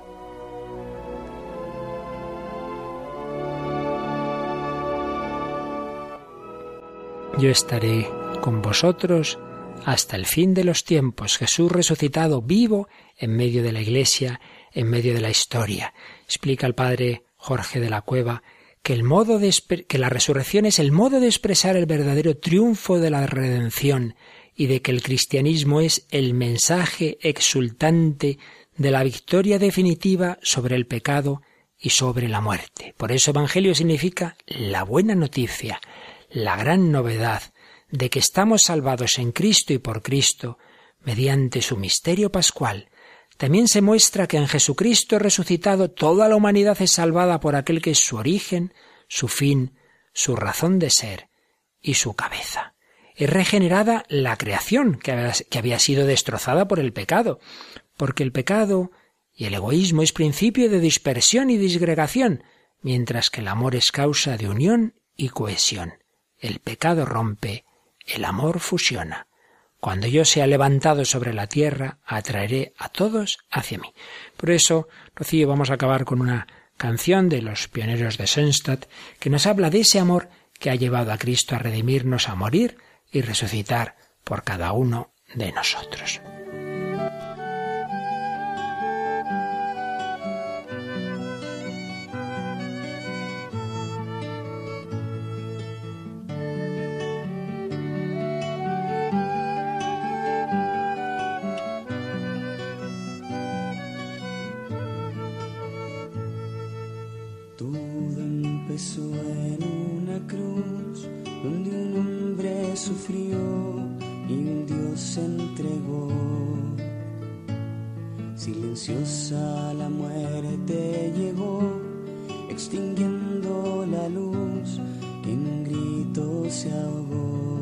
[SPEAKER 1] Yo estaré con vosotros hasta el fin de los tiempos. Jesús resucitado, vivo en medio de la Iglesia, en medio de la historia. Explica el padre Jorge de la Cueva que la resurrección es el modo de expresar el verdadero triunfo de la redención y de que el cristianismo es el mensaje exultante de la victoria definitiva sobre el pecado y sobre la muerte. Por eso evangelio significa la buena noticia, la gran novedad de que estamos salvados en Cristo y por Cristo mediante su misterio pascual. También se muestra que en Jesucristo resucitado toda la humanidad es salvada por aquel que es su origen, su fin, su razón de ser y su cabeza. Es regenerada la creación que había sido destrozada por el pecado, porque el pecado y el egoísmo es principio de dispersión y disgregación, mientras que el amor es causa de unión y cohesión. El pecado rompe, el amor fusiona. Cuando yo sea levantado sobre la tierra, atraeré a todos hacia mí. Por eso, Rocío, vamos a acabar con una canción de los pioneros de Schoenstatt que nos habla de ese amor que ha llevado a Cristo a redimirnos, a morir y resucitar por cada uno de nosotros.
[SPEAKER 5] Silenciosa la muerte llegó, extinguiendo la luz que en un grito se ahogó.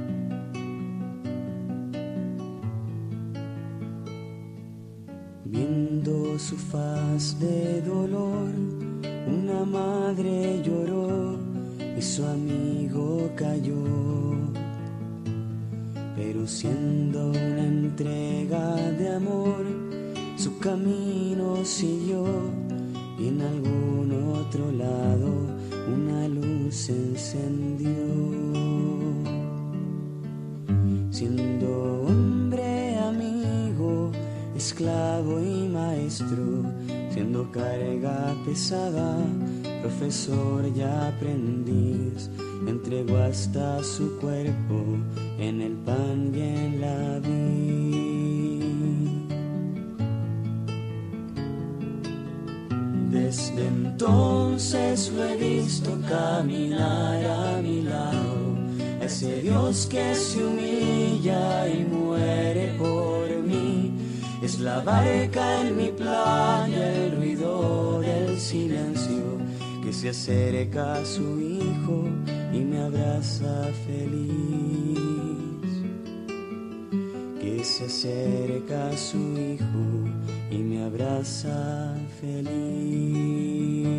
[SPEAKER 5] Bien
[SPEAKER 8] viendo su faz de dolor, una madre lloró y su amigo cayó. Pero siendo una entrega de amor, su camino siguió y en algún otro lado una luz se encendió. Siendo hombre, amigo, esclavo y maestro, siendo carga pesada, profesor y aprendiz, entregó hasta su cuerpo en el pan y en la vid. Desde entonces lo he visto caminar a mi lado, ese Dios que se humilla y muere por mí. Es la barca en mi playa, el ruido del silencio, que se acerca a su hijo y me abraza feliz. Que se acerca a su hijo y me abraza feliz.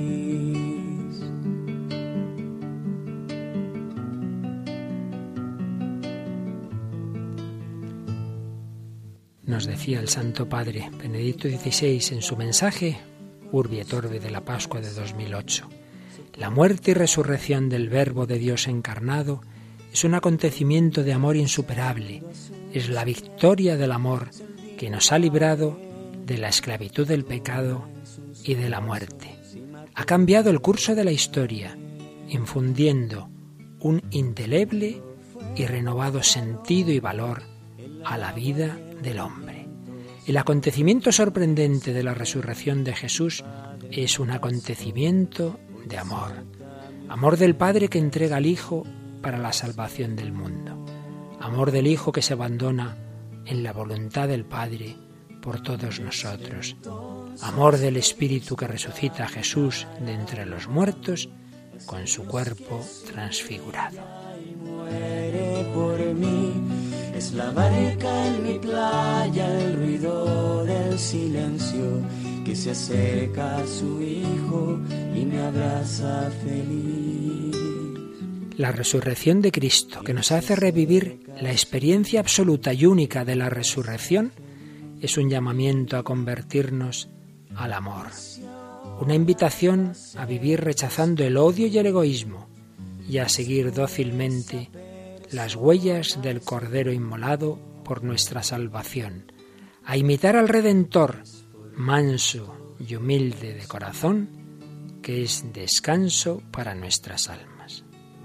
[SPEAKER 1] Nos decía el Santo Padre Benedicto XVI en su mensaje Urbi et Orbi de la Pascua de 2008. La muerte y resurrección del Verbo de Dios encarnado es un acontecimiento de amor insuperable. Es la victoria del amor que nos ha librado de la esclavitud del pecado y de la muerte. Ha cambiado el curso de la historia, infundiendo un indeleble y renovado sentido y valor a la vida del hombre. El acontecimiento sorprendente de la resurrección de Jesús es un acontecimiento de amor. Amor del Padre que entrega al Hijo para la salvación del mundo. Amor del Hijo que se abandona en la voluntad del Padre por todos nosotros. Amor del Espíritu que resucita a Jesús de entre los muertos con su cuerpo transfigurado.
[SPEAKER 8] Muere por mí. Es la barca en mi playa, el ruido del silencio, que se acerca a su hijo y me abraza feliz.
[SPEAKER 1] La resurrección de Cristo, que nos hace revivir la experiencia absoluta y única de la resurrección, es un llamamiento a convertirnos al amor. Una invitación a vivir rechazando el odio y el egoísmo y a seguir dócilmente las huellas del Cordero inmolado por nuestra salvación, a imitar al Redentor, manso y humilde de corazón, que es descanso para nuestras almas.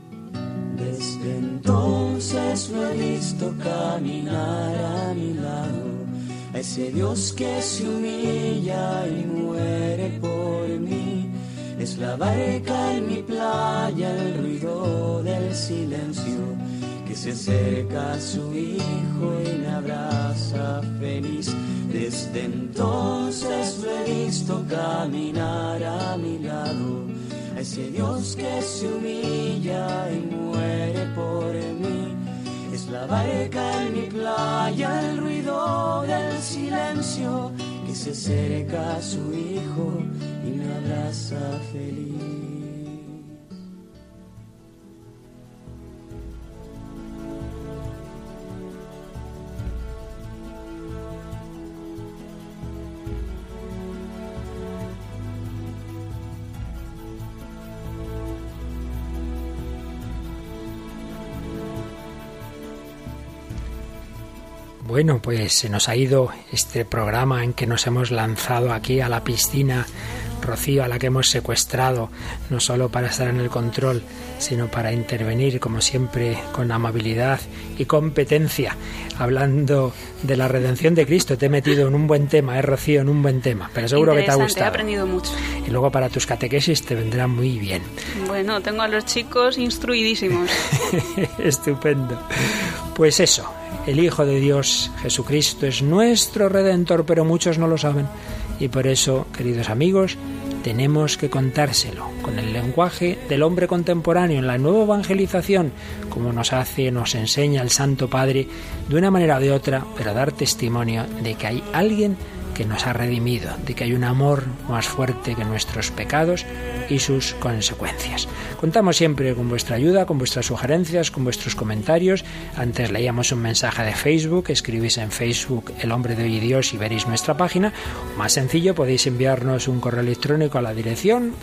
[SPEAKER 8] Desde entonces lo he visto caminar a mi lado, a ese Dios que se humilla y muere por mí. Es la barca en mi playa, el ruido del silencio, que se acerca a su hijo y me abraza feliz. Desde entonces lo he visto caminar a mi lado, a ese Dios que se humilla y muere por mí. Es la barca en mi playa, el ruido del silencio, que se acerca a su hijo y me abraza feliz.
[SPEAKER 1] Bueno, pues se nos ha ido este programa en que nos hemos lanzado aquí a la piscina, Rocío, a la que hemos secuestrado, no solo para estar en el control, sino para intervenir, como siempre, con amabilidad y competencia. Hablando de la redención de Cristo, te he metido en un buen tema, Rocío, en un buen tema, pero seguro que te ha gustado.
[SPEAKER 2] He aprendido mucho.
[SPEAKER 1] Y luego para tus catequesis te vendrá muy bien.
[SPEAKER 2] Bueno, tengo a los chicos instruidísimos.
[SPEAKER 1] Estupendo. Pues eso. El Hijo de Dios, Jesucristo, es nuestro Redentor, pero muchos no lo saben. Y por eso, queridos amigos, tenemos que contárselo con el lenguaje del hombre contemporáneo, en la nueva evangelización, como nos enseña el Santo Padre, de una manera o de otra, pero dar testimonio de que hay alguien que nos ha redimido, de que hay un amor más fuerte que nuestros pecados y sus consecuencias. Contamos siempre con vuestra ayuda, con vuestras sugerencias, con vuestros comentarios. Antes leíamos un mensaje de Facebook, escribís en Facebook El Hombre de Hoy y Dios y veréis nuestra página. O más sencillo, podéis enviarnos un correo electrónico a la dirección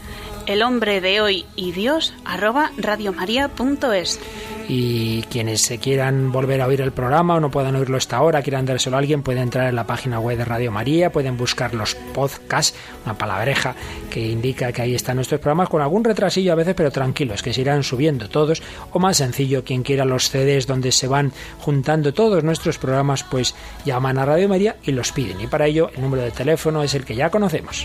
[SPEAKER 2] elhombredehoydios@radiomaria.es.
[SPEAKER 1] Y quienes se quieran volver a oír el programa o no puedan oírlo hasta ahora, quieran dárselo a alguien, pueden entrar en la página web de Radio María, pueden buscar los podcasts, una palabreja que indica que ahí están nuestros programas, con algún retrasillo a veces, pero tranquilos, que se irán subiendo todos. O más sencillo, quien quiera los CDs donde se van juntando todos nuestros programas, pues llaman a Radio María y los piden. Y para ello el número de teléfono es el que ya conocemos.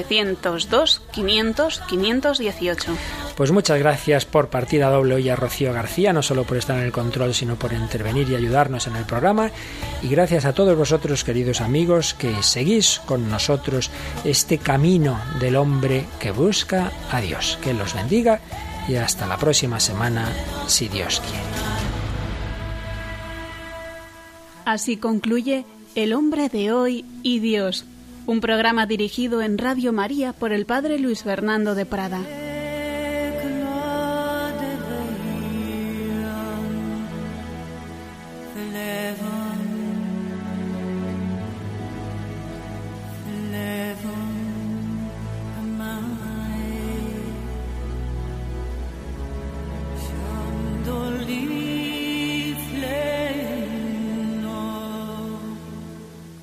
[SPEAKER 2] 902-500-518.
[SPEAKER 1] Pues muchas gracias por partida doble hoy a Rocío García, no solo por estar en el control, sino por intervenir y ayudarnos en el programa. Y gracias a todos vosotros, queridos amigos, que seguís con nosotros este camino del hombre que busca a Dios. Que los bendiga y hasta la próxima semana, si Dios quiere.
[SPEAKER 2] Así concluye El Hombre de Hoy y Dios, un programa dirigido en Radio María por el Padre Luis Fernando de Prada.